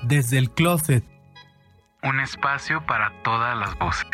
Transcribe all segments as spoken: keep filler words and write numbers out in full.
Desde el Closet. Un espacio para todas las voces.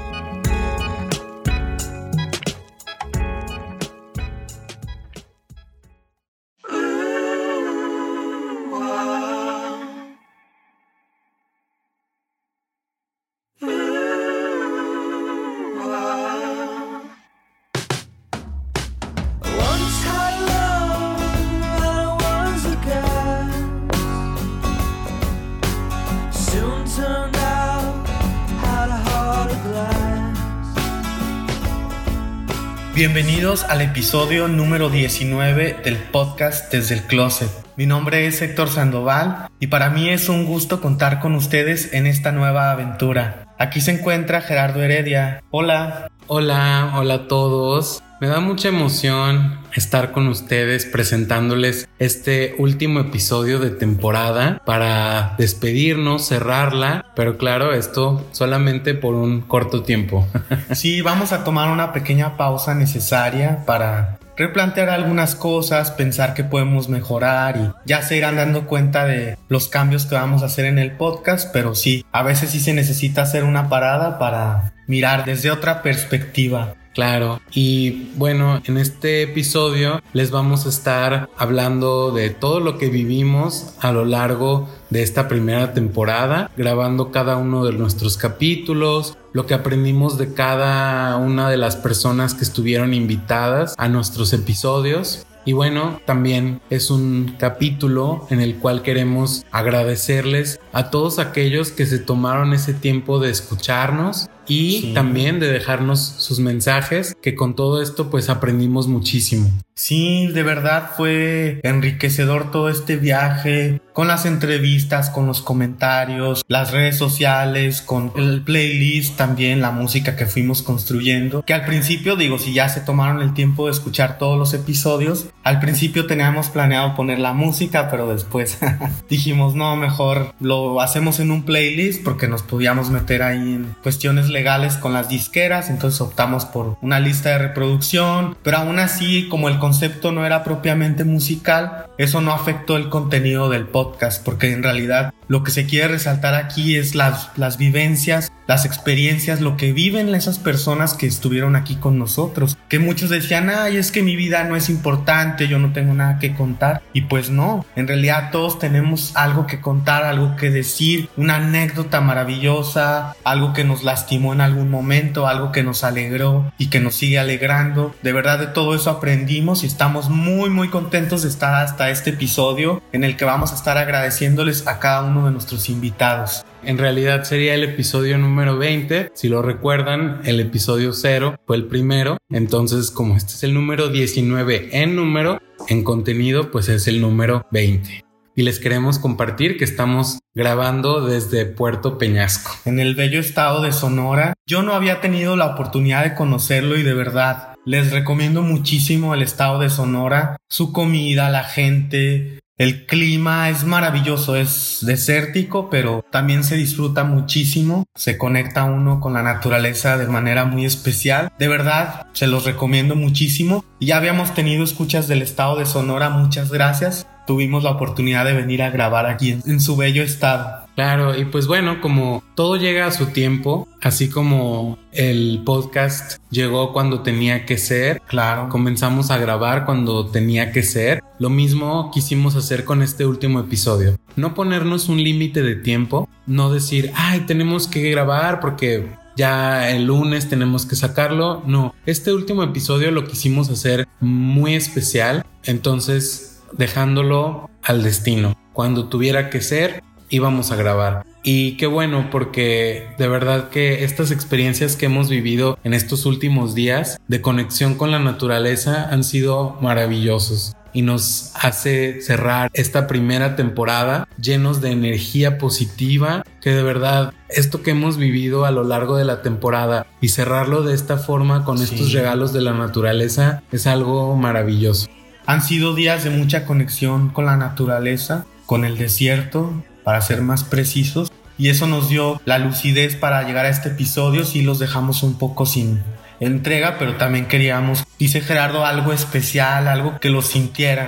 Bienvenidos al episodio número diecinueve del podcast Desde el Closet. Mi nombre es Héctor Sandoval y para mí es un gusto contar con ustedes en esta nueva aventura. Aquí se encuentra Gerardo Heredia. Hola. Hola, hola a todos. Me da mucha emoción estar con ustedes presentándoles este último episodio de temporada para despedirnos, cerrarla, pero claro, esto solamente por un corto tiempo. Sí, vamos a tomar una pequeña pausa necesaria para replantear algunas cosas, pensar que podemos mejorar y ya se irán dando cuenta de los cambios que vamos a hacer en el podcast, pero sí, a veces sí se necesita hacer una parada para mirar desde otra perspectiva. Claro, y bueno, en este episodio les vamos a estar hablando de todo lo que vivimos a lo largo de esta primera temporada, grabando cada uno de nuestros capítulos, lo que aprendimos de cada una de las personas que estuvieron invitadas a nuestros episodios. Y bueno, también es un capítulo en el cual queremos agradecerles a todos aquellos que se tomaron ese tiempo de escucharnos y sí, también de dejarnos sus mensajes, que con todo esto pues aprendimos muchísimo. Sí, de verdad fue enriquecedor todo este viaje, con las entrevistas, con los comentarios, las redes sociales, con el playlist también, la música que fuimos construyendo, que al principio, digo, si ya se tomaron el tiempo de escuchar todos los episodios, al principio teníamos planeado poner la música, pero después dijimos, no, mejor lo hacemos en un playlist porque nos podíamos meter ahí en cuestiones legales con las disqueras, entonces optamos por una lista de reproducción, pero aún así, como el concepto no era propiamente musical, eso no afectó el contenido del podcast, porque en realidad lo que se quiere resaltar aquí es las, las vivencias, las experiencias, lo que viven esas personas que estuvieron aquí con nosotros, que muchos decían, ay, es que mi vida no es importante, yo no tengo nada que contar, y pues no, en realidad todos tenemos algo que contar, algo que decir, una anécdota maravillosa, algo que nos lastimó en algún momento, algo que nos alegró y que nos sigue alegrando. De verdad, de todo eso aprendimos y estamos muy muy contentos de estar hasta este episodio en el que vamos a estar agradeciéndoles a cada uno de nuestros invitados. En realidad sería el episodio número veinte, si lo recuerdan, el episodio cero fue el primero, entonces como este es el número diecinueve en número, en contenido pues es el número veinte. Y les queremos compartir que estamos grabando desde Puerto Peñasco, en el bello estado de Sonora. Yo no había tenido la oportunidad de conocerlo y de verdad les recomiendo muchísimo el estado de Sonora, su comida, la gente. El clima es maravilloso, es desértico, pero también se disfruta muchísimo. Se conecta uno con la naturaleza de manera muy especial. De verdad, se los recomiendo muchísimo. Ya habíamos tenido escuchas del estado de Sonora, muchas gracias. Tuvimos la oportunidad de venir a grabar aquí en, en su bello estado. Claro, y pues bueno, como todo llega a su tiempo, así como el podcast llegó cuando tenía que ser, claro, comenzamos a grabar cuando tenía que ser, lo mismo quisimos hacer con este último episodio. No ponernos un límite de tiempo, no decir, ay, tenemos que grabar porque ya el lunes tenemos que sacarlo. No, este último episodio lo quisimos hacer muy especial, entonces dejándolo al destino. Cuando tuviera que ser, íbamos a grabar. Y qué bueno, porque de verdad que estas experiencias que hemos vivido en estos últimos días de conexión con la naturaleza han sido maravillosos y nos hace cerrar esta primera temporada llenos de energía positiva, que de verdad esto que hemos vivido a lo largo de la temporada y cerrarlo de esta forma con sí. estos regalos de la naturaleza es algo maravilloso. Han sido días de mucha conexión con la naturaleza, con el desierto, para ser más precisos, y eso nos dio la lucidez para llegar a este episodio. Sí los dejamos un poco sin entrega, pero también queríamos, dice Gerardo, algo especial, algo que lo sintieran.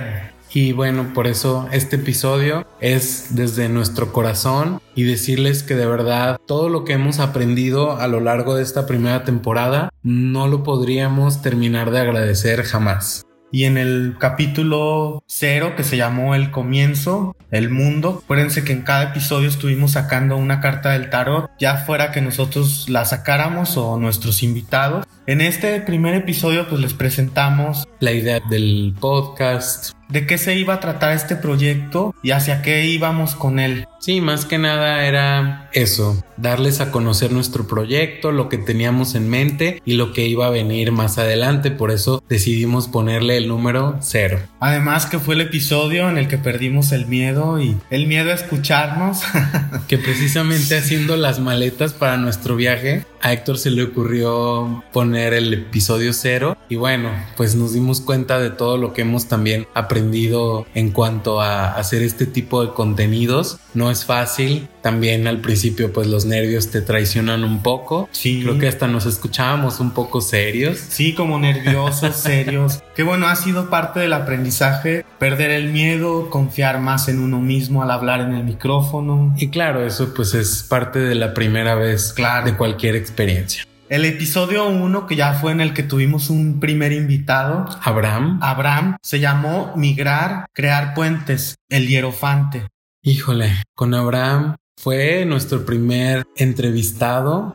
Y bueno, por eso este episodio es desde nuestro corazón y decirles que de verdad todo lo que hemos aprendido a lo largo de esta primera temporada no lo podríamos terminar de agradecer jamás. Y en el capítulo cero, que se llamó El Comienzo, El Mundo, acuérdense que en cada episodio estuvimos sacando una carta del tarot, ya fuera que nosotros la sacáramos o nuestros invitados. En este primer episodio pues les presentamos la idea del podcast, de qué se iba a tratar este proyecto y hacia qué íbamos con él. Sí, más que nada era eso, darles a conocer nuestro proyecto, lo que teníamos en mente y lo que iba a venir más adelante. Por eso decidimos ponerle el número cero. Además que fue el episodio en el que perdimos el miedo y el miedo a escucharnos. Que precisamente haciendo las maletas para nuestro viaje, a Héctor se le ocurrió poner el episodio cero. Y bueno, pues nos dimos cuenta de todo lo que hemos también aprendido en cuanto a hacer este tipo de contenidos. No es fácil, también al principio pues los nervios te traicionan un poco. Sí. Creo que hasta nos escuchábamos un poco serios. Sí, como nerviosos, serios. Que bueno, ha sido parte del aprendizaje, perder el miedo, confiar más en uno mismo al hablar en el micrófono. Y claro, eso pues es parte de la primera vez, claro, de cualquier experiencia. El episodio uno, que ya fue en el que tuvimos un primer invitado, Abraham. Abraham, se llamó Migrar, Crear Puentes, el Hierofante. Híjole, con Abraham fue nuestro primer entrevistado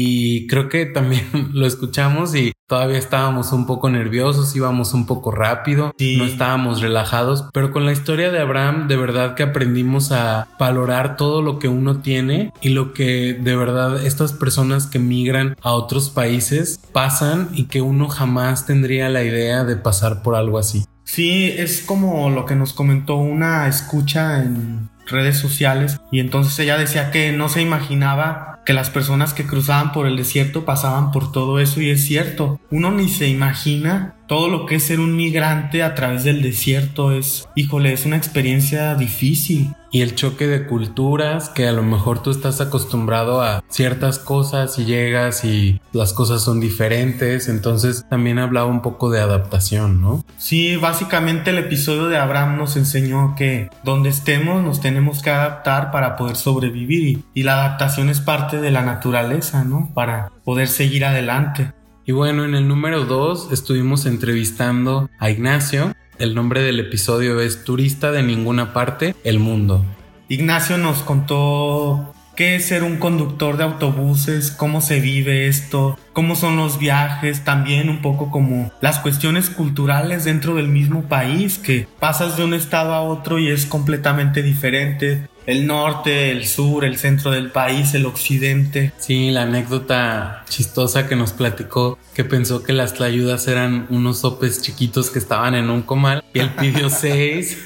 y creo que también lo escuchamos y todavía estábamos un poco nerviosos, íbamos un poco rápido, sí. No estábamos relajados, pero con la historia de Abraham de verdad que aprendimos a valorar todo lo que uno tiene y lo que de verdad estas personas que migran a otros países pasan y que uno jamás tendría la idea de pasar por algo así. Sí, es como lo que nos comentó una escucha en redes sociales y entonces ella decía que no se imaginaba que las personas que cruzaban por el desierto pasaban por todo eso, y es cierto, uno ni se imagina todo lo que es ser un migrante a través del desierto. Es, híjole, es una experiencia difícil. Y el choque de culturas, que a lo mejor tú estás acostumbrado a ciertas cosas y llegas y las cosas son diferentes, entonces también hablaba un poco de adaptación, ¿no? Sí, básicamente el episodio de Abraham nos enseñó que donde estemos nos tenemos que adaptar para poder sobrevivir y, y la adaptación es parte de la naturaleza, ¿no? Para poder seguir adelante. Y bueno, en el número dos estuvimos entrevistando a Ignacio. El nombre del episodio es Turista de Ninguna Parte, El Mundo. Ignacio nos contó qué es ser un conductor de autobuses, cómo se vive esto, cómo son los viajes, también un poco como las cuestiones culturales dentro del mismo país, que pasas de un estado a otro y es completamente diferente. El norte, el sur, el centro del país, el occidente. Sí, la anécdota chistosa que nos platicó, que pensó que las tlayudas eran unos sopes chiquitos que estaban en un comal y él pidió seis.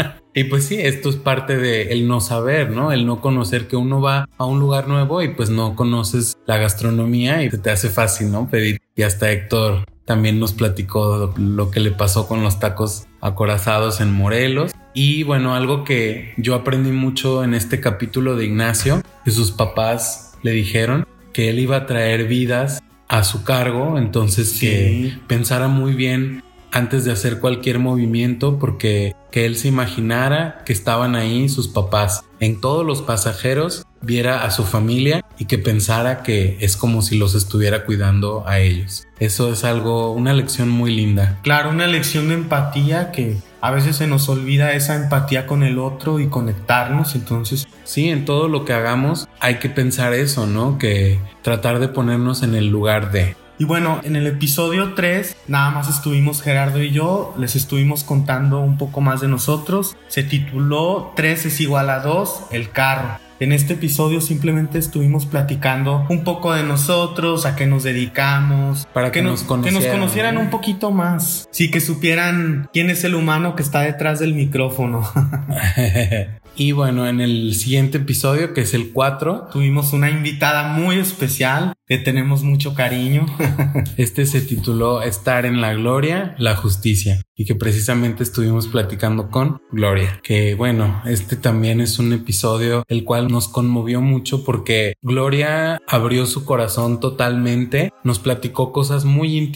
Y pues sí, esto es parte de el no saber, ¿no? El no conocer, que uno va a un lugar nuevo y pues no conoces la gastronomía y te hace fácil, ¿no? Pedir. Y hasta Héctor también nos platicó lo que le pasó con los tacos acorazados en Morelos. Y bueno, algo que yo aprendí mucho en este capítulo de Ignacio, que sus papás le dijeron que él iba a traer vidas a su cargo, entonces sí. Que pensara muy bien antes de hacer cualquier movimiento, porque que él se imaginara que estaban ahí sus papás, en todos los pasajeros viera a su familia y que pensara que es como si los estuviera cuidando a ellos. Eso es algo, una lección muy linda. Claro, una lección de empatía, que a veces se nos olvida esa empatía con el otro y conectarnos, entonces... Sí, en todo lo que hagamos hay que pensar eso, ¿no? Que tratar de ponernos en el lugar de... Y bueno, en el episodio tres nada más estuvimos Gerardo y yo, les estuvimos contando un poco más de nosotros. Se tituló tres es igual a dos, el carro. En este episodio simplemente estuvimos platicando un poco de nosotros, a qué nos dedicamos, para que, que, nos, conocieran, que nos conocieran ¿no? un poquito más. Sí, que supieran quién es el humano que está detrás del micrófono. Y bueno, en el siguiente episodio, que es el cuatro, tuvimos una invitada muy especial que tenemos mucho cariño. Este se tituló Estar en la Gloria, la Justicia, y que precisamente estuvimos platicando con Gloria. Que bueno, este también es un episodio el cual nos conmovió mucho porque Gloria abrió su corazón totalmente, nos platicó cosas muy íntimas,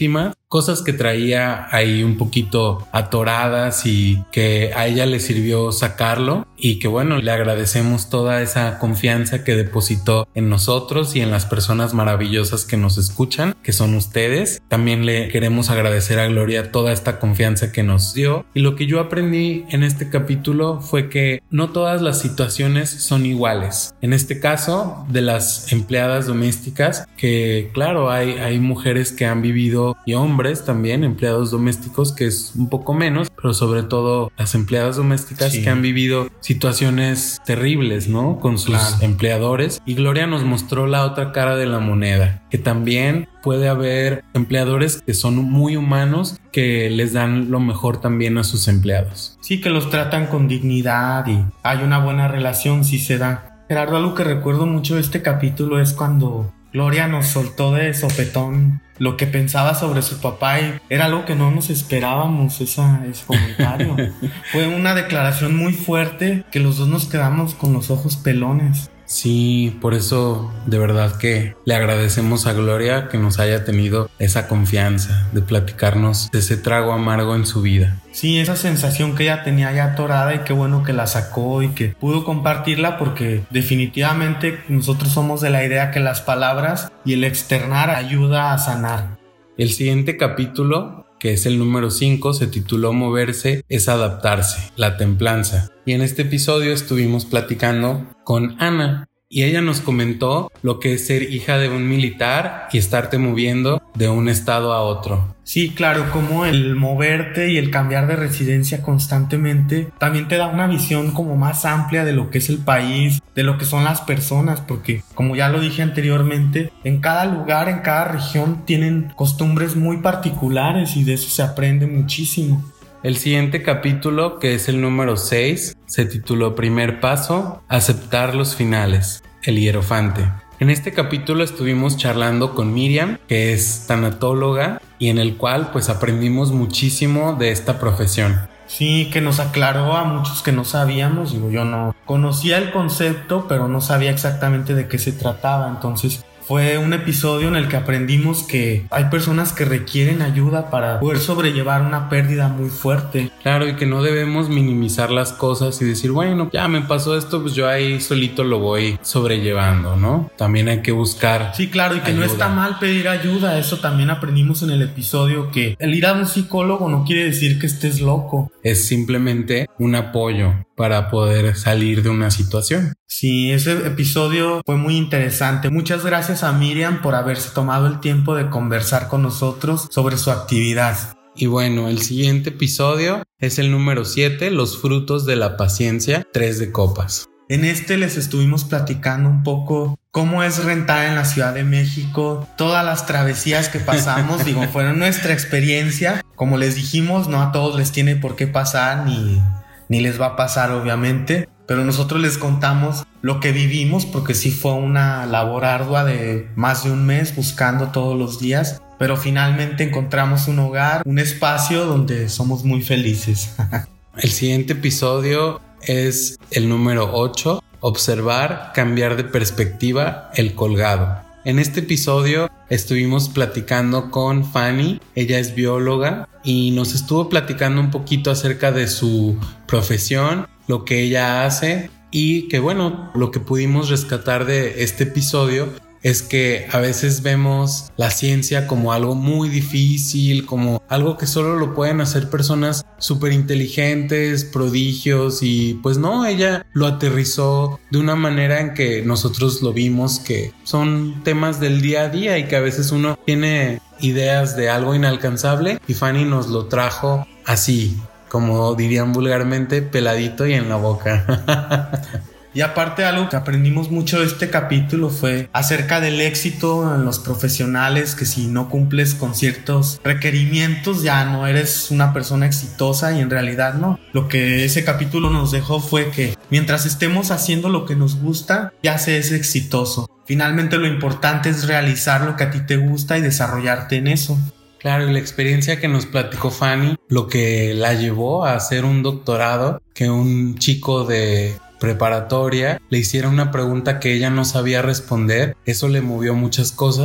cosas que traía ahí un poquito atoradas y que a ella le sirvió sacarlo, y que bueno, le agradecemos toda esa confianza que depositó en nosotros y en las personas maravillosas que nos escuchan, que son ustedes. También le queremos agradecer a Gloria toda esta confianza que nos dio, y lo que yo aprendí en este capítulo fue que no todas las situaciones son iguales. En este caso de las empleadas domésticas, que claro, hay, hay mujeres que han vivido, y hombres también, empleados domésticos, que es un poco menos, pero sobre todo las empleadas domésticas sí, que han vivido situaciones terribles, ¿no? Con sus claro. empleadores. Y Gloria nos mostró la otra cara de la moneda, que también puede haber empleadores que son muy humanos, que les dan lo mejor también a sus empleados. Sí, que los tratan con dignidad y hay una buena relación, sí se da. Gerardo, algo que recuerdo mucho de este capítulo es cuando Gloria nos soltó de sopetón lo que pensaba sobre su papá, y era algo que no nos esperábamos, esa, ese comentario. Fue una declaración muy fuerte que los dos nos quedamos con los ojos pelones. Sí, por eso de verdad que le agradecemos a Gloria que nos haya tenido esa confianza de platicarnos de ese trago amargo en su vida. Sí, esa sensación que ella tenía ya atorada, y qué bueno que la sacó y que pudo compartirla, porque definitivamente nosotros somos de la idea que las palabras y el externar ayuda a sanar. El siguiente capítulo, que es el número cinco, se tituló Moverse es adaptarse, la templanza. Y en este episodio estuvimos platicando con Ana, y ella nos comentó lo que es ser hija de un militar y estarte moviendo de un estado a otro. Sí, claro, como el moverte y el cambiar de residencia constantemente también te da una visión como más amplia de lo que es el país, de lo que son las personas, porque como ya lo dije anteriormente, en cada lugar, en cada región tienen costumbres muy particulares, y de eso se aprende muchísimo. El siguiente capítulo, que es el número seis, se tituló Primer paso, aceptar los finales, el hierofante. En este capítulo estuvimos charlando con Miriam, que es tanatóloga, y en el cual pues aprendimos muchísimo de esta profesión. Sí, que nos aclaró a muchos que no sabíamos. Digo, yo no conocía el concepto, pero no sabía exactamente de qué se trataba. Entonces fue un episodio en el que aprendimos que hay personas que requieren ayuda para poder sobrellevar una pérdida muy fuerte. Claro, y que no debemos minimizar las cosas y decir, bueno, ya me pasó esto, pues yo ahí solito lo voy sobrellevando, ¿no? También hay que buscar. Sí, claro, y que ayuda. No está mal pedir ayuda. Eso también aprendimos en el episodio, que el ir a un psicólogo no quiere decir que estés loco. Es simplemente un apoyo para poder salir de una situación. Sí, ese episodio fue muy interesante. Muchas gracias a Miriam por haberse tomado el tiempo de conversar con nosotros sobre su actividad. Y bueno, el siguiente episodio es el número siete, los frutos de la paciencia, tres de copas. En este les estuvimos platicando un poco cómo es rentar en la Ciudad de México, todas las travesías que pasamos, digo, fueron nuestra experiencia. Como les dijimos, no a todos les tiene por qué pasar, ni, ni les va a pasar obviamente, pero nosotros les contamos lo que vivimos, porque sí fue una labor ardua de más de un mes buscando todos los días, pero finalmente encontramos un hogar, un espacio donde somos muy felices. El siguiente episodio es el número ocho, observar, cambiar de perspectiva, el colgado. En este episodio estuvimos platicando con Fanny, ella es bióloga y nos estuvo platicando un poquito acerca de su profesión, lo que ella hace, y que bueno, lo que pudimos rescatar de este episodio es que a veces vemos la ciencia como algo muy difícil, como algo que solo lo pueden hacer personas súper inteligentes, prodigios, y pues no, ella lo aterrizó de una manera en que nosotros lo vimos que son temas del día a día y que a veces uno tiene ideas de algo inalcanzable, y Fanny nos lo trajo así, como dirían vulgarmente, peladito y en la boca. Y aparte, algo que aprendimos mucho de este capítulo fue acerca del éxito en los profesionales, que si no cumples con ciertos requerimientos ya no eres una persona exitosa, y en realidad no. Lo que ese capítulo nos dejó fue que mientras estemos haciendo lo que nos gusta, ya se es exitoso. Finalmente lo importante es realizar lo que a ti te gusta y desarrollarte en eso. Claro, y la experiencia que nos platicó Fanny, lo que la llevó a hacer un doctorado, que un chico de preparatoria le hiciera una pregunta que ella no sabía responder, eso le movió muchas cosas,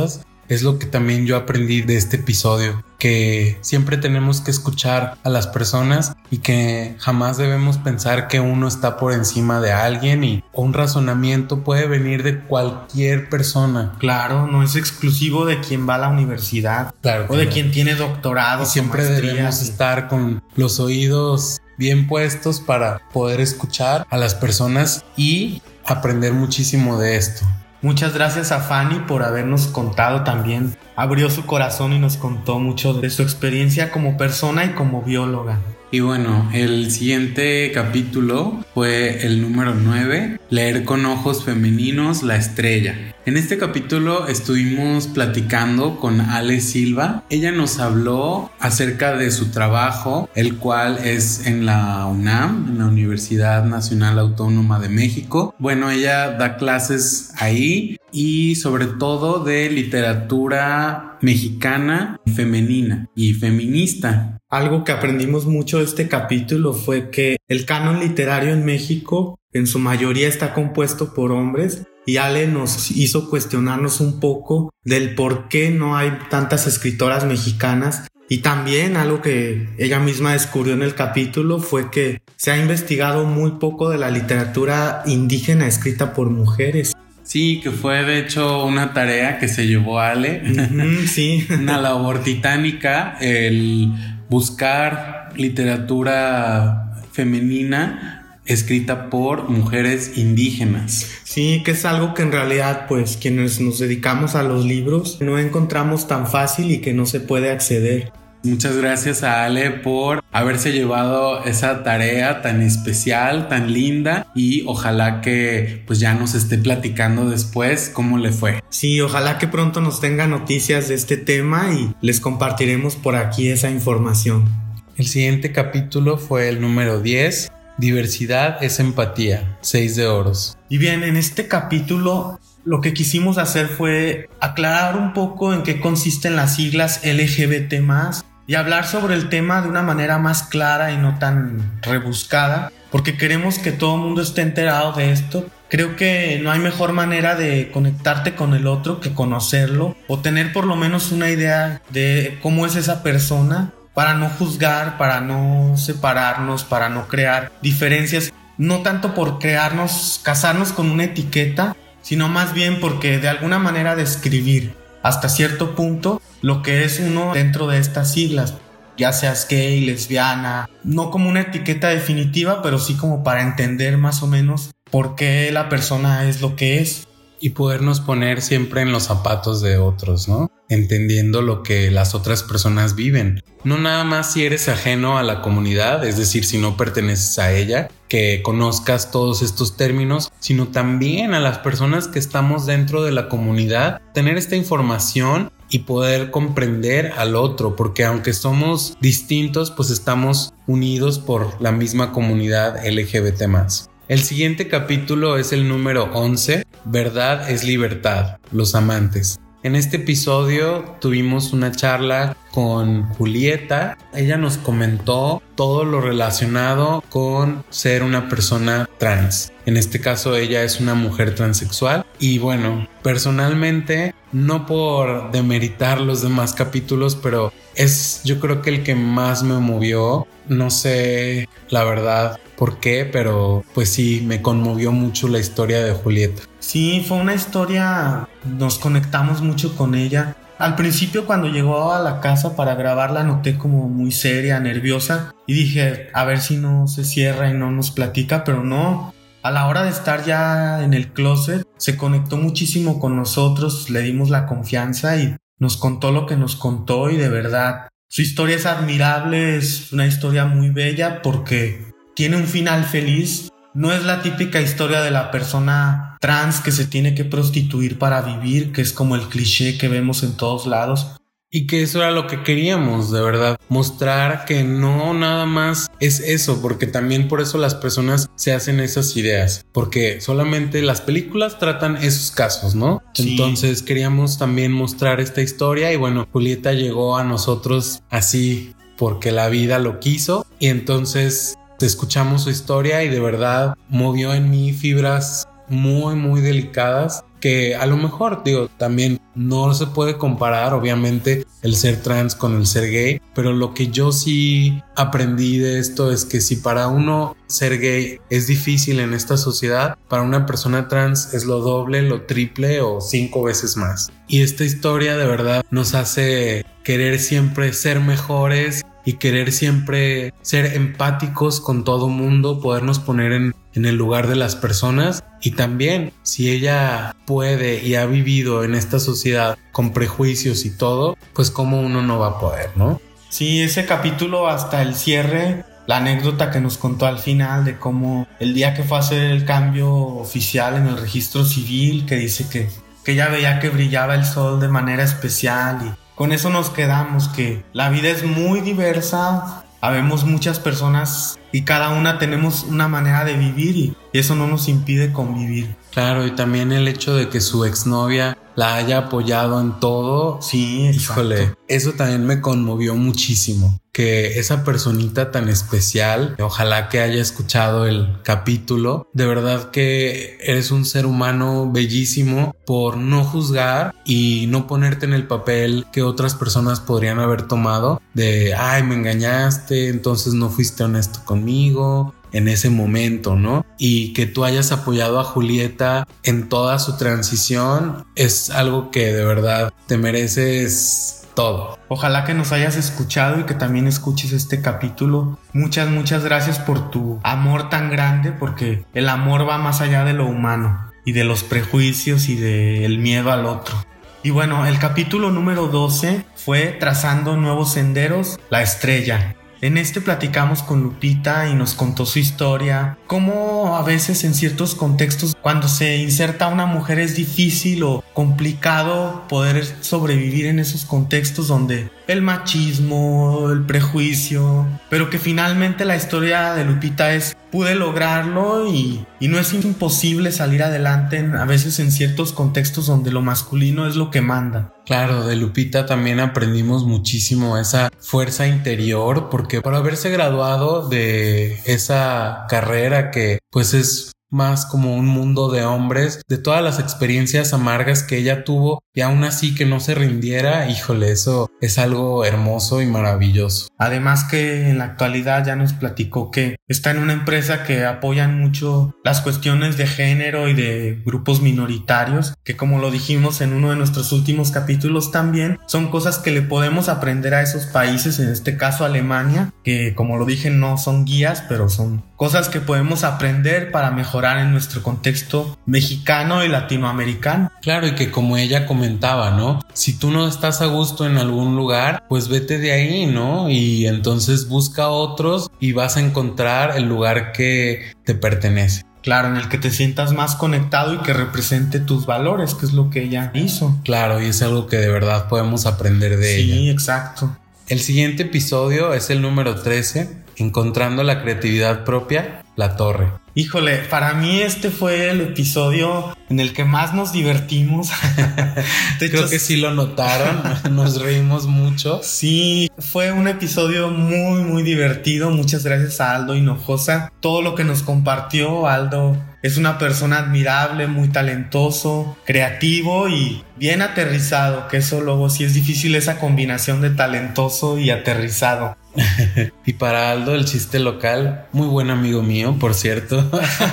es lo que también yo aprendí de este episodio, que siempre tenemos que escuchar a las personas y que jamás debemos pensar que uno está por encima de alguien, y un razonamiento puede venir de cualquier persona. Claro, no es exclusivo de quien va a la universidad, claro, o de no. quien tiene doctorado. Y siempre debemos estar con los oídos bien puestos para poder escuchar a las personas y aprender muchísimo de esto. Muchas gracias a Fanny por habernos contado también. Abrió su corazón y nos contó mucho de su experiencia como persona y como bióloga. Y bueno, el siguiente capítulo fue el número nueve, Leer con ojos femeninos, la estrella. En este capítulo estuvimos platicando con Ale Silva. Ella nos habló acerca de su trabajo, el cual es en la UNAM, en la Universidad Nacional Autónoma de México. Bueno, ella da clases ahí y sobre todo de literatura mexicana femenina y feminista. Algo que aprendimos mucho de este capítulo fue que el canon literario en México en su mayoría está compuesto por hombres, y Ale nos hizo cuestionarnos un poco del por qué no hay tantas escritoras mexicanas. Y también algo que ella misma descubrió en el capítulo fue que se ha investigado muy poco de la literatura indígena escrita por mujeres. Sí, que fue de hecho una tarea que se llevó Ale. Uh-huh, sí. Una labor titánica, el buscar literatura femenina escrita por mujeres indígenas. Sí, que es algo que en realidad, pues, quienes nos dedicamos a los libros no encontramos tan fácil y que no se puede acceder. Muchas gracias a Ale por haberse llevado esa tarea tan especial, tan linda, y ojalá que pues ya nos esté platicando después cómo le fue. Sí, ojalá que pronto nos tenga noticias de este tema y les compartiremos por aquí esa información. El siguiente capítulo fue el número diez, Diversidad es empatía, seis de oros. Y bien, en este capítulo lo que quisimos hacer fue aclarar un poco en qué consisten las siglas L G B T más, y hablar sobre el tema de una manera más clara y no tan rebuscada, porque queremos que todo el mundo esté enterado de esto. Creo que no hay mejor manera de conectarte con el otro que conocerlo, o tener por lo menos una idea de cómo es esa persona, para no juzgar, para no separarnos, para no crear diferencias, no tanto por crearnos, casarnos con una etiqueta, sino más bien porque de alguna manera describir hasta cierto punto lo que es uno dentro de estas siglas, ya seas gay, lesbiana, no como una etiqueta definitiva, pero sí como para entender más o menos por qué la persona es lo que es. Y podernos poner siempre en los zapatos de otros, ¿no? Entendiendo lo que las otras personas viven. No nada más si eres ajeno a la comunidad, es decir, si no perteneces a ella, que conozcas todos estos términos, sino también a las personas que estamos dentro de la comunidad, tener esta información y poder comprender al otro, porque aunque somos distintos, pues estamos unidos por la misma comunidad L G B T más. El siguiente capítulo es el número once, Verdad es libertad, los amantes. En este episodio tuvimos una charla con Julieta. Ella nos comentó todo lo relacionado con ser una persona trans. En este caso ella es una mujer transexual. Y bueno, personalmente, no por demeritar los demás capítulos, pero es yo creo que el que más me movió. No sé la verdad por qué, pero pues sí, me conmovió mucho la historia de Julieta. Sí, fue una historia, nos conectamos mucho con ella. Al principio, cuando llegó a la casa para grabarla, noté como muy seria, nerviosa, y dije, a ver si no se cierra y no nos platica, pero no. A la hora de estar ya en el closet, se conectó muchísimo con nosotros, le dimos la confianza y nos contó lo que nos contó, y de verdad, su historia es admirable, es una historia muy bella porque tiene un final feliz. No es la típica historia de la persona trans que se tiene que prostituir para vivir, que es como el cliché que vemos en todos lados. Y que eso era lo que queríamos, de verdad, mostrar que no nada más es eso, porque también por eso las personas se hacen esas ideas, porque solamente las películas tratan esos casos, ¿no? Sí. Entonces queríamos también mostrar esta historia, y bueno, Julieta llegó a nosotros así porque la vida lo quiso, y entonces escuchamos su historia y de verdad movió en mí fibras muy muy delicadas, que a lo mejor, digo, también no se puede comparar obviamente el ser trans con el ser gay, pero lo que yo sí aprendí de esto es que si para uno ser gay es difícil en esta sociedad, para una persona trans es lo doble, lo triple o cinco veces más. Y esta historia de verdad nos hace querer siempre ser mejores y querer siempre ser empáticos con todo mundo, podernos poner en, en el lugar de las personas. Y también, si ella puede y ha vivido en esta sociedad con prejuicios y todo, pues cómo uno no va a poder, ¿no? Sí, ese capítulo hasta el cierre, la anécdota que nos contó al final de cómo el día que fue a hacer el cambio oficial en el registro civil, que dice que, que ella veía que brillaba el sol de manera especial, y con eso nos quedamos, que la vida es muy diversa, habemos muchas personas y cada una tenemos una manera de vivir y eso no nos impide convivir. Claro, y también el hecho de que su exnovia la haya apoyado en todo. Sí, exacto. Híjole, eso también me conmovió muchísimo. Que esa personita tan especial, ojalá que haya escuchado el capítulo. De verdad que eres un ser humano bellísimo por no juzgar y no ponerte en el papel que otras personas podrían haber tomado de, ay, me engañaste, entonces no fuiste honesto conmigo en ese momento, ¿no? Y que tú hayas apoyado a Julieta en toda su transición es algo que de verdad te mereces todo. Ojalá que nos hayas escuchado y que también escuches este capítulo. Muchas, muchas gracias por tu amor tan grande, porque el amor va más allá de lo humano y de los prejuicios y del miedo al otro. Y bueno, el capítulo número doce fue Trazando Nuevos Senderos, la estrella. En este platicamos con Lupita y nos contó su historia, cómo a veces en ciertos contextos cuando se inserta una mujer es difícil o complicado poder sobrevivir en esos contextos donde el machismo, el prejuicio, pero que finalmente la historia de Lupita es pude lograrlo y, y no es imposible salir adelante en, a veces en ciertos contextos donde lo masculino es lo que manda. Claro, de Lupita también aprendimos muchísimo esa fuerza interior, porque por haberse graduado de esa carrera que pues es más como un mundo de hombres, de todas las experiencias amargas que ella tuvo y aún así que no se rindiera, híjole, eso es algo hermoso y maravilloso. Además que en la actualidad ya nos platicó que está en una empresa que apoyan mucho las cuestiones de género y de grupos minoritarios, que como lo dijimos en uno de nuestros últimos capítulos también, son cosas que le podemos aprender a esos países, en este caso Alemania, que como lo dije no son guías, pero son cosas que podemos aprender para mejorar en nuestro contexto mexicano y latinoamericano. Claro, y que como ella comentaba, ¿no? Si tú no estás a gusto en algún lugar, pues vete de ahí, ¿no? Y entonces busca otros y vas a encontrar el lugar que te pertenece. Claro, en el que te sientas más conectado y que represente tus valores, que es lo que ella hizo. Claro, y es algo que de verdad podemos aprender de sí, ella. Sí, exacto. El siguiente episodio es el número trece, Encontrando la creatividad propia, La Torre. Híjole, para mí este fue el episodio en el que más nos divertimos. De Creo hecho, que sí lo notaron, nos reímos mucho. Sí, fue un episodio muy, muy divertido. Muchas gracias a Aldo Hinojosa. Todo lo que nos compartió, Aldo es una persona admirable, muy talentoso, creativo y bien aterrizado, que eso luego sí es difícil, esa combinación de talentoso y aterrizado. Y para Aldo, el chiste local, muy buen amigo mío, por cierto.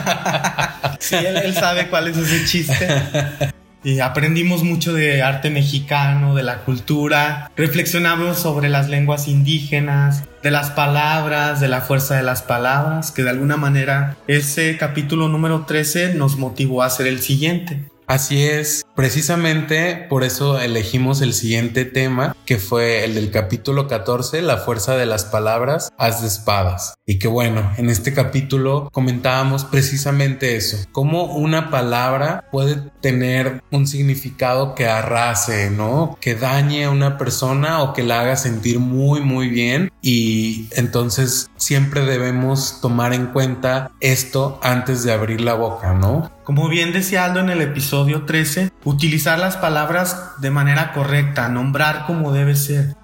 Sí, él, él sabe cuál es ese chiste. Y aprendimos mucho de arte mexicano, de la cultura, reflexionamos sobre las lenguas indígenas, de las palabras, de la fuerza de las palabras, que de alguna manera ese capítulo número trece nos motivó a hacer el siguiente. Así es, precisamente por eso elegimos el siguiente tema, que fue el del capítulo catorce, La fuerza de las palabras, haz de espadas. Y que bueno, en este capítulo comentábamos precisamente eso, cómo una palabra puede tener un significado que arrase, ¿no? Que dañe a una persona o que la haga sentir muy muy bien, y entonces siempre debemos tomar en cuenta esto antes de abrir la boca, ¿no? Como bien decía Aldo en el episodio trece, utilizar las palabras de manera correcta, nombrar como debe ser.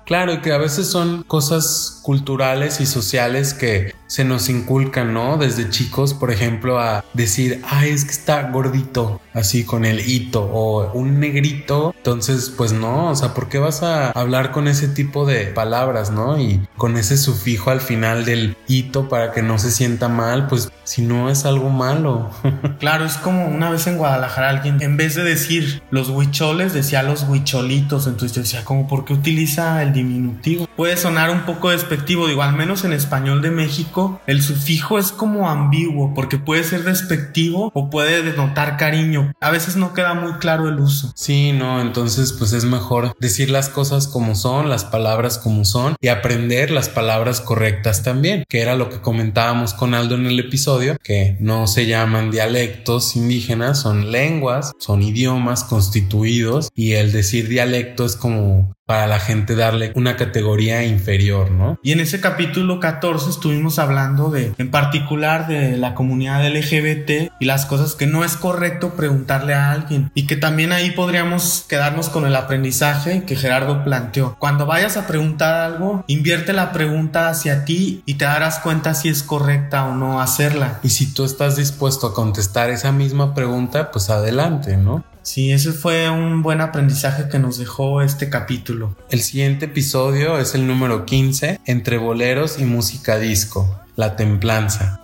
Claro, y que a veces son cosas culturales y sociales que se nos inculcan, ¿no? Desde chicos, por ejemplo, a decir, ay, es que está gordito, así con el hito, o un negrito. Entonces, pues no, o sea, ¿por qué vas a hablar con ese tipo de palabras, no? Y con ese sufijo al final del hito para que no se sienta mal, pues si no es algo malo. Claro, es como una vez en Guadalajara alguien, en vez de decir los huicholes, decía los huicholitos. Entonces yo decía, como, ¿por qué utiliza el diminutivo? Puede sonar un poco despectivo, digo, al menos en español de México, el sufijo es como ambiguo, porque puede ser despectivo o puede denotar cariño. A veces no queda muy claro el uso. Sí, no, entonces pues es mejor decir las cosas como son, las palabras como son, y aprender las palabras correctas también, que era lo que comentábamos con Aldo en el episodio, que no se llaman dialectos indígenas, son lenguas, son idiomas constituidos, y el decir dialecto es como para la gente darle una categoría inferior, ¿no? Y en ese capítulo catorce estuvimos hablando de, en particular, de la comunidad L G B T y las cosas que no es correcto preguntarle a alguien, y que también ahí podríamos quedarnos con el aprendizaje que Gerardo planteó. Cuando vayas a preguntar algo, invierte la pregunta hacia ti y te darás cuenta si es correcta o no hacerla. Y si tú estás dispuesto a contestar esa misma pregunta, pues adelante, ¿no? Sí, ese fue un buen aprendizaje que nos dejó este capítulo. El siguiente episodio es el número quince, entre boleros y música disco. La templanza.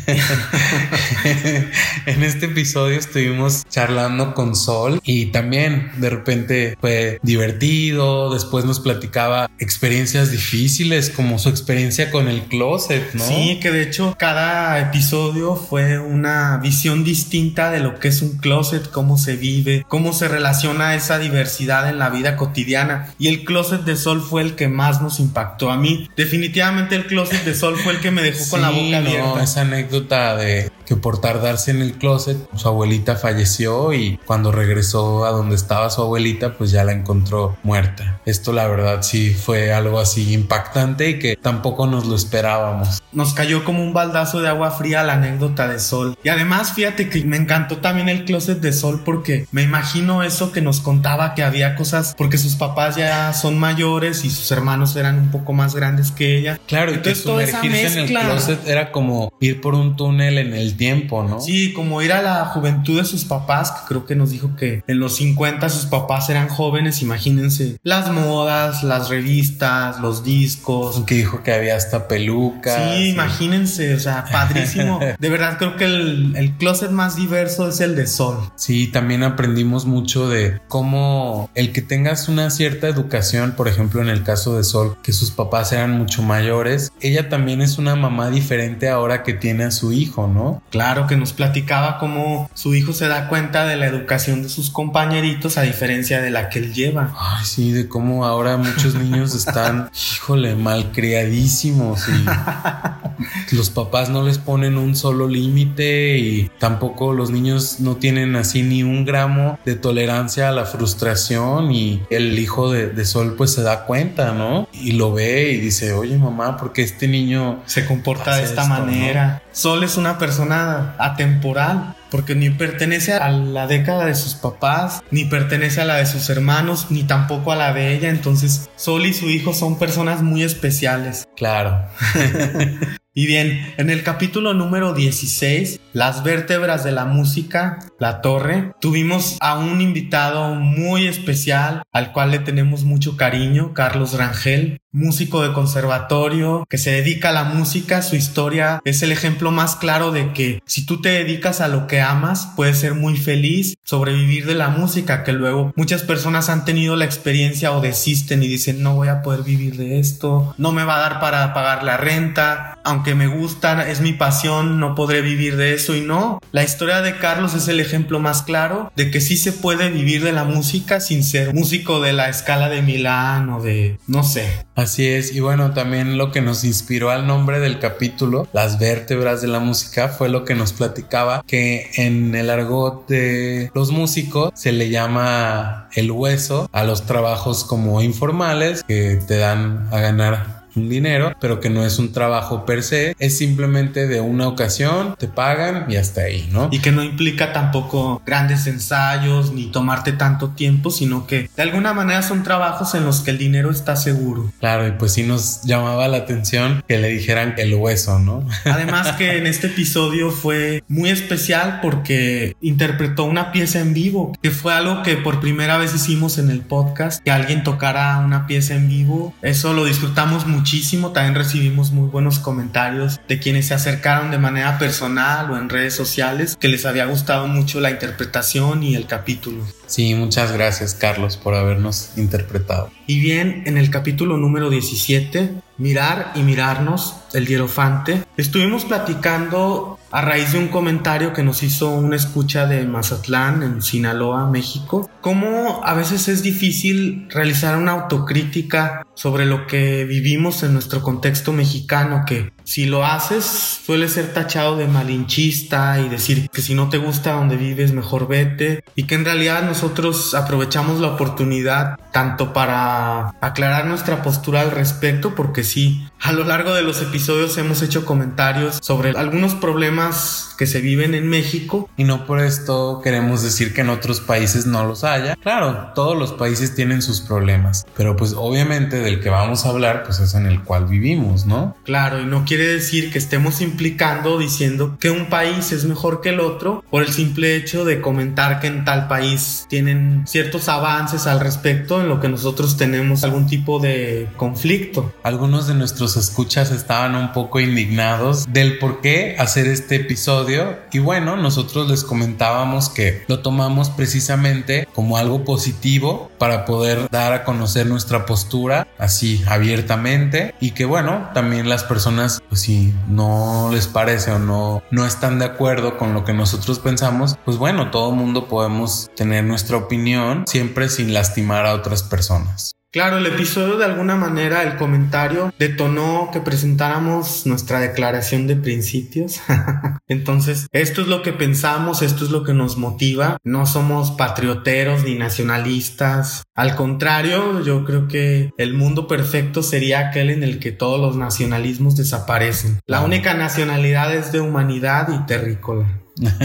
En este episodio estuvimos charlando con Sol y también de repente fue divertido. Después nos platicaba experiencias difíciles, como su experiencia con el closet, ¿no? Sí, que de hecho cada episodio fue una visión distinta de lo que es un closet, cómo se vive, cómo se relaciona esa diversidad en la vida cotidiana. Y el closet de Sol fue el que más nos impactó. A mí definitivamente el closet de Sol fue el que me dejó sí, con la boca abierta. No, esa anécdota de que por tardarse en el closet su abuelita falleció, y cuando regresó a donde estaba su abuelita pues ya la encontró muerta. Esto la verdad sí fue algo así impactante y que tampoco nos lo esperábamos. Nos cayó como un baldazo de agua fría la anécdota de Sol. Y además fíjate que me encantó también el closet de Sol, porque me imagino eso que nos contaba, que había cosas porque sus papás ya son mayores y sus hermanos eran un poco más grandes que ella. Claro, y entonces que sumergirse en el closet era como ir por un túnel en el tiempo, ¿no? Sí, como ir a la juventud de sus papás, que creo que nos dijo que en los cincuenta sus papás eran jóvenes. Imagínense las modas, las revistas, los discos. Que dijo que había hasta pelucas. Sí, sí, imagínense, o sea, padrísimo. De verdad creo que el, el closet más diverso es el de Sol. Sí, también aprendimos mucho de cómo el que tengas una cierta educación, por ejemplo en el caso de Sol, que sus papás eran mucho mayores, ella también es una mamá diferente ahora que tiene a su hijo, ¿no? Claro, que nos platicaba cómo su hijo se da cuenta de la educación de sus compañeritos a diferencia de la que él lleva. Ay, sí, de cómo ahora muchos niños están, híjole, malcriadísimos, y los papás no les ponen un solo límite, y tampoco los niños no tienen así ni un gramo de tolerancia a la frustración, y el hijo de, de Sol pues se da cuenta, ¿no? Y lo ve y dice, oye mamá, ¿por qué este niño se comporta de esta esto, manera? ¿No? Sol es una persona atemporal, porque ni pertenece a la década de sus papás, ni pertenece a la de sus hermanos, ni tampoco a la de ella. Entonces Sol y su hijo son personas muy especiales. Claro. Y bien, en el capítulo número dieciséis, las vértebras de la música, la torre, tuvimos a un invitado muy especial al cual le tenemos mucho cariño, Carlos Rangel, músico de conservatorio que se dedica a la música. Su historia es el ejemplo más claro de que si tú te dedicas a lo que amas, puedes ser muy feliz, sobrevivir de la música, que luego muchas personas han tenido la experiencia o desisten y dicen, no voy a poder vivir de esto, no me va a dar para pagar la renta, aunque me gusta, es mi pasión, no podré vivir de eso. Y no, la historia de Carlos es el ejemplo más claro de que sí se puede vivir de la música sin ser músico de la Scala de Milán o de, no sé. Así es, y bueno, también lo que nos inspiró al nombre del capítulo, las vértebras de la música, fue lo que nos platicaba, que en el argot de los músicos se le llama el hueso a los trabajos como informales que te dan a ganar un dinero, pero que no es un trabajo per se, es simplemente de una ocasión, te pagan y hasta ahí, ¿no? Y que no implica tampoco grandes ensayos ni tomarte tanto tiempo, sino que de alguna manera son trabajos en los que el dinero está seguro. Claro, y pues sí nos llamaba la atención que le dijeran el hueso, ¿no? Además que en este episodio fue muy especial porque interpretó una pieza en vivo, que fue algo que por primera vez hicimos en el podcast, que alguien tocara una pieza en vivo. Eso lo disfrutamos muchísimo. También recibimos muy buenos comentarios de quienes se acercaron de manera personal o en redes sociales, que les había gustado mucho la interpretación y el capítulo. Sí, muchas gracias, Carlos, por habernos interpretado. Y bien, en el capítulo número diecisiete, Mirar y mirarnos, el hierofante, estuvimos platicando a raíz de un comentario que nos hizo una escucha de Mazatlán, en Sinaloa, México, cómo a veces es difícil realizar una autocrítica sobre lo que vivimos en nuestro contexto mexicano, que si lo haces suele ser tachado de malinchista y decir que si no te gusta donde vives mejor vete, y que en realidad nosotros aprovechamos la oportunidad tanto para aclarar nuestra postura al respecto, porque sí, a lo largo de los episodios hemos hecho comentarios sobre algunos problemas que se viven en México. Y no por esto queremos decir que en otros países no los haya. Claro, todos los países tienen sus problemas, pero pues obviamente del que vamos a hablar pues es en el cual vivimos, ¿no? Claro, y no quiere decir que estemos implicando diciendo que un país es mejor que el otro por el simple hecho de comentar que en tal país tienen ciertos avances al respecto en lo que nosotros tenemos algún tipo de conflicto. Algunos de nuestros escuchas estaban un poco indignados del por qué hacer este episodio, y bueno, nosotros les comentábamos que lo tomamos precisamente como algo positivo para poder dar a conocer nuestra postura así abiertamente, y que bueno, también las personas pues si no les parece o no, no están de acuerdo con lo que nosotros pensamos, pues bueno, todo mundo podemos tener nuestra opinión siempre sin lastimar a otras personas. Claro, el episodio de alguna manera, el comentario detonó que presentáramos nuestra declaración de principios. Entonces, esto es lo que pensamos, esto es lo que nos motiva. No somos patrioteros ni nacionalistas. Al contrario, yo creo que el mundo perfecto sería aquel en el que todos los nacionalismos desaparecen. La única nacionalidad es de humanidad y terrícola.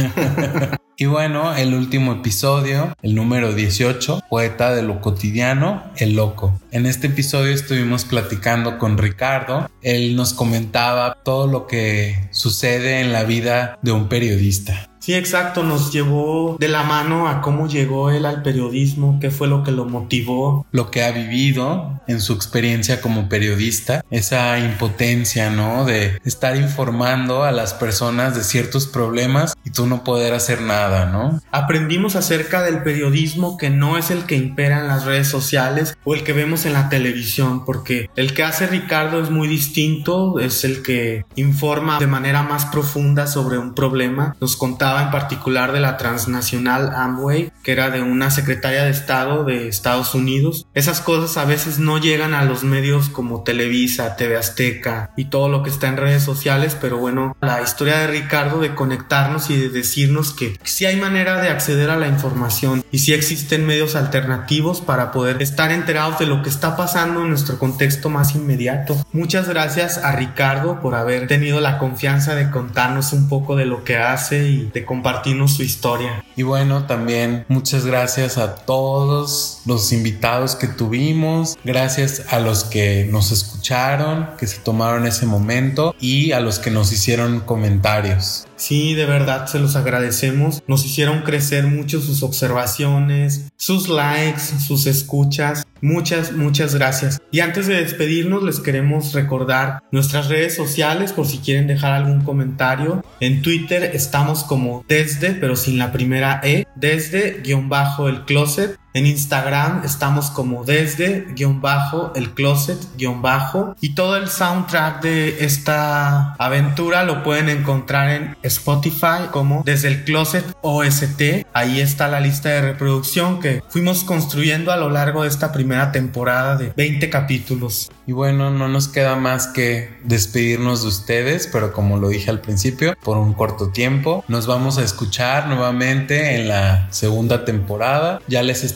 Y bueno, el último episodio, el número dieciocho, Poeta de lo cotidiano, el loco. En este episodio estuvimos platicando con Ricardo. Él nos comentaba todo lo que sucede en la vida de un periodista. Sí, exacto, nos llevó de la mano a cómo llegó él al periodismo, qué fue lo que lo motivó. Lo que ha vivido en su experiencia como periodista, esa impotencia, ¿no? De estar informando a las personas de ciertos problemas y tú no poder hacer nada, ¿no? Aprendimos acerca del periodismo que no es el que impera en las redes sociales o el que vemos en la televisión, porque el que hace Ricardo es muy distinto, es el que informa de manera más profunda sobre un problema. Nos contaba en particular de la transnacional Amway, que era de una secretaria de Estado de Estados Unidos. Esas cosas a veces no llegan a los medios como Televisa, T V Azteca y todo lo que está en redes sociales, pero bueno, la historia de Ricardo de conectarnos y de decirnos que sí hay manera de acceder a la información y sí existen medios alternativos para poder estar enterados de lo que está pasando en nuestro contexto más inmediato. Muchas gracias a Ricardo por haber tenido la confianza de contarnos un poco de lo que hace y de compartirnos su historia. Y bueno, también muchas gracias a todos los invitados que tuvimos, gracias a los que nos escucharon, que se tomaron ese momento, y a los que nos hicieron comentarios. Sí, de verdad se los agradecemos. Nos hicieron crecer mucho sus observaciones, sus likes, sus escuchas. Muchas, muchas gracias. Y antes de despedirnos, les queremos recordar nuestras redes sociales por si quieren dejar algún comentario. En Twitter estamos como desde, pero sin la primera E, desde guión bajo el closet. En Instagram estamos como desde guión bajo el closet guión bajo, y todo el soundtrack de esta aventura lo pueden encontrar en Spotify como Desde el Closet O S T. Ahí está la lista de reproducción que fuimos construyendo a lo largo de esta primera temporada de veinte capítulos. Y bueno, no nos queda más que despedirnos de ustedes, pero como lo dije al principio, por un corto tiempo. Nos vamos a escuchar nuevamente en la segunda temporada. Ya les está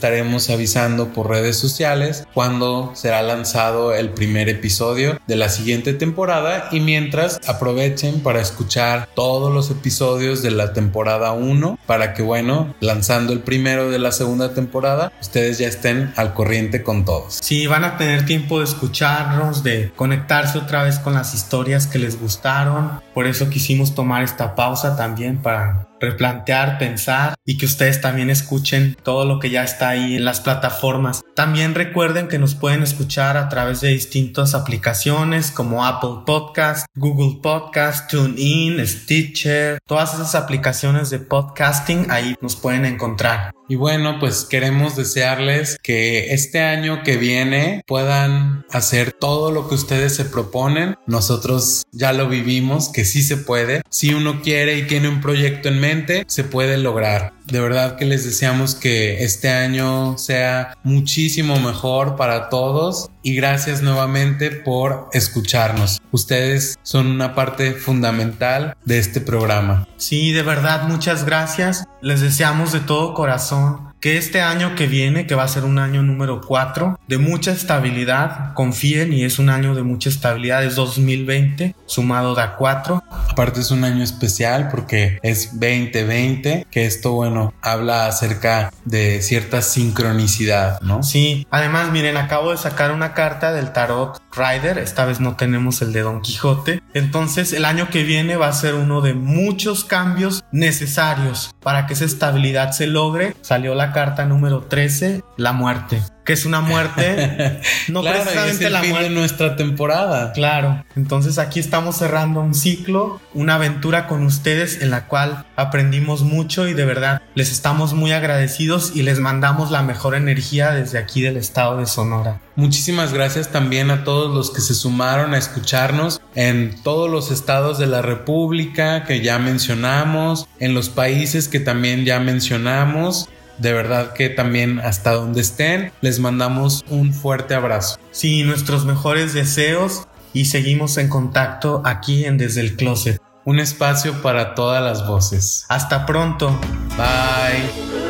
estaremos avisando por redes sociales cuando será lanzado el primer episodio de la siguiente temporada, y mientras aprovechen para escuchar todos los episodios de la temporada uno para que, bueno, lanzando el primero de la segunda temporada, ustedes ya estén al corriente con todos. Sí, van a tener tiempo de escucharnos, de conectarse otra vez con las historias que les gustaron. Por eso quisimos tomar esta pausa también para replantear, pensar y que ustedes también escuchen todo lo que ya está ahí en las plataformas. También recuerden que nos pueden escuchar a través de distintas aplicaciones como Apple Podcast, Google Podcast, TuneIn, Stitcher, todas esas aplicaciones de podcasting, ahí nos pueden encontrar. Y bueno, pues queremos desearles que este año que viene puedan hacer todo lo que ustedes se proponen. Nosotros ya lo vivimos, que sí se puede. Si uno quiere y tiene un proyecto en mente, se puede lograr. De verdad que les deseamos que este año sea muchísimo mejor para todos, y gracias nuevamente por escucharnos. Ustedes son una parte fundamental de este programa. Sí, de verdad, muchas gracias. Les deseamos de todo corazón que este año que viene, que va a ser un año número cuatro, de mucha estabilidad, confíen, y es un año de mucha estabilidad, es dos mil veinte sumado de a cuatro. Aparte es un año especial porque es veinte veinte, que esto, bueno, habla acerca de cierta sincronicidad, ¿no? Sí, además miren, acabo de sacar una carta del tarot Rider, esta vez no tenemos el de Don Quijote, entonces el año que viene va a ser uno de muchos cambios necesarios para que esa estabilidad se logre. Salió la carta número trece, la muerte, que es una muerte, no claro, precisamente es el la fin muerte de nuestra temporada. Claro, entonces aquí estamos cerrando un ciclo, una aventura con ustedes en la cual aprendimos mucho, y de verdad les estamos muy agradecidos y les mandamos la mejor energía desde aquí del estado de Sonora. Muchísimas gracias también a todos los que se sumaron a escucharnos en todos los estados de la República que ya mencionamos, en los países que también ya mencionamos. De verdad que también hasta donde estén les mandamos un fuerte abrazo. Sí, nuestros mejores deseos, y seguimos en contacto aquí en Desde el Closet. Un espacio para todas las voces. Hasta pronto. Bye.